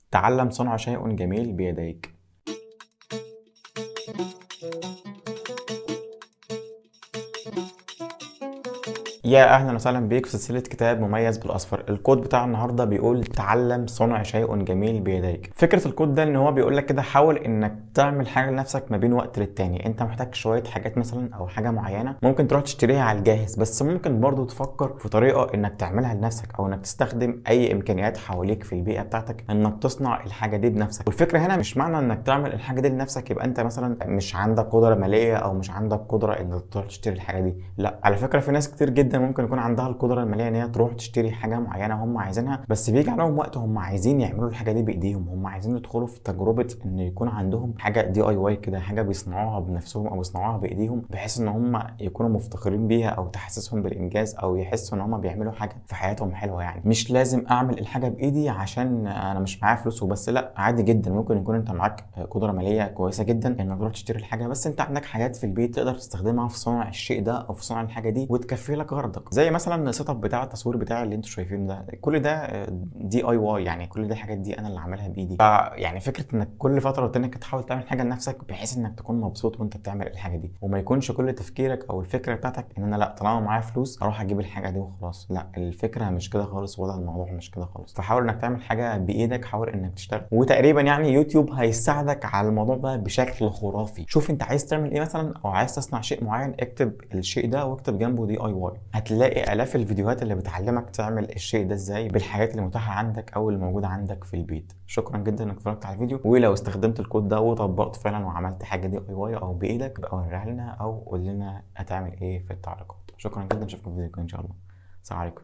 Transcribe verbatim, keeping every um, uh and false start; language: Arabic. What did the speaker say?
تعلم صنع شيء جميل بيديك. يا اهلا وسهلا بيك في سلسله كتاب مميز بالاصفر. الكود بتاع النهارده بيقول تعلم صنع شيء جميل بيديك. فكره الكود ده ان هو بيقول لك كده حاول انك تعمل حاجه لنفسك ما بين وقت للتاني. انت محتاج شويه حاجات مثلا او حاجه معينه ممكن تروح تشتريها على الجاهز، بس ممكن برضو تفكر في طريقه انك تعملها لنفسك او انك تستخدم اي امكانيات حواليك في البيئه بتاعتك انك تصنع الحاجه دي بنفسك. والفكره هنا مش معنى انك تعمل الحاجه دي لنفسك يبقى انت مثلا مش عندك قدره ماليه او مش عندك قدره انك تروح تشتري الحاجه دي. لا، على فكره في ناس كتير جدا ممكن يكون عندها القدره الماليه ان هي تروح تشتري حاجه معينه هم عايزينها، بس بيجي عليهم وقت هم عايزين يعملوا الحاجه دي بايديهم، هم عايزين يدخلوا في تجربه ان يكون عندهم حاجه دي اي واي كده، حاجه بيصنعوها بنفسهم او بيصنعوها بايديهم، بحيث ان هم يكونوا مفتخرين بيها او تحسسهم بالانجاز او يحسوا ان هم بيعملوا حاجه في حياتهم حلوه. يعني مش لازم اعمل الحاجه بايدي عشان انا مش معايا فلوس وبس، لا عادي جدا ممكن يكون انت معاك قدره ماليه كويسه جدا انك تروح تشتري الحاجه، بس انت عندك حاجات في البيت تقدر تستخدمها في صنع الشيء ده او في صنع الحاجه دي وتكفي لك غرضك. زي مثلا السيت اب بتاع التصوير بتاعي اللي انتوا شايفينه ده، كل ده دي اي واي، يعني كل دي حاجات دي انا اللي عاملها بايدي. فيعني فكره انك كل فتره والتانيه تحاول تعمل حاجه لنفسك بحيث انك تكون مبسوط وانت بتعمل الحاجه دي، وما يكونش كل تفكيرك او الفكره بتاعتك ان انا لا طالما معايا فلوس اروح اجيب الحاجه دي وخلاص. لا، الفكره مش كده خالص ولا الموضوع مش كده خالص. فحاول انك تعمل حاجه بايدك، حاول انك تشتغل، وتقريبا يعني يوتيوب هيساعدك على الموضوع ده بشكل خرافي. شوف انت عايز تعمل ايه مثلا او عايز تصنع شيء معين، اكتب الشيء ده واكتب جنبه دي اي واي، هتلاقي الاف الفيديوهات اللي بتعلمك تعمل الشيء ده ازاي بالحاجات اللي متاحه عندك او اللي موجوده عندك في البيت. شكرا جدا انك اتفرجت على الفيديو، ولو استخدمت الكود ده وطبقته فعلا وعملت حاجه دي اي واي او بايدك ابقى وريها لنا او قول لنا هتعمل ايه في التعليقات. شكرا جدا، اشوفكم في فيديو ان شاء الله. السلام عليكم.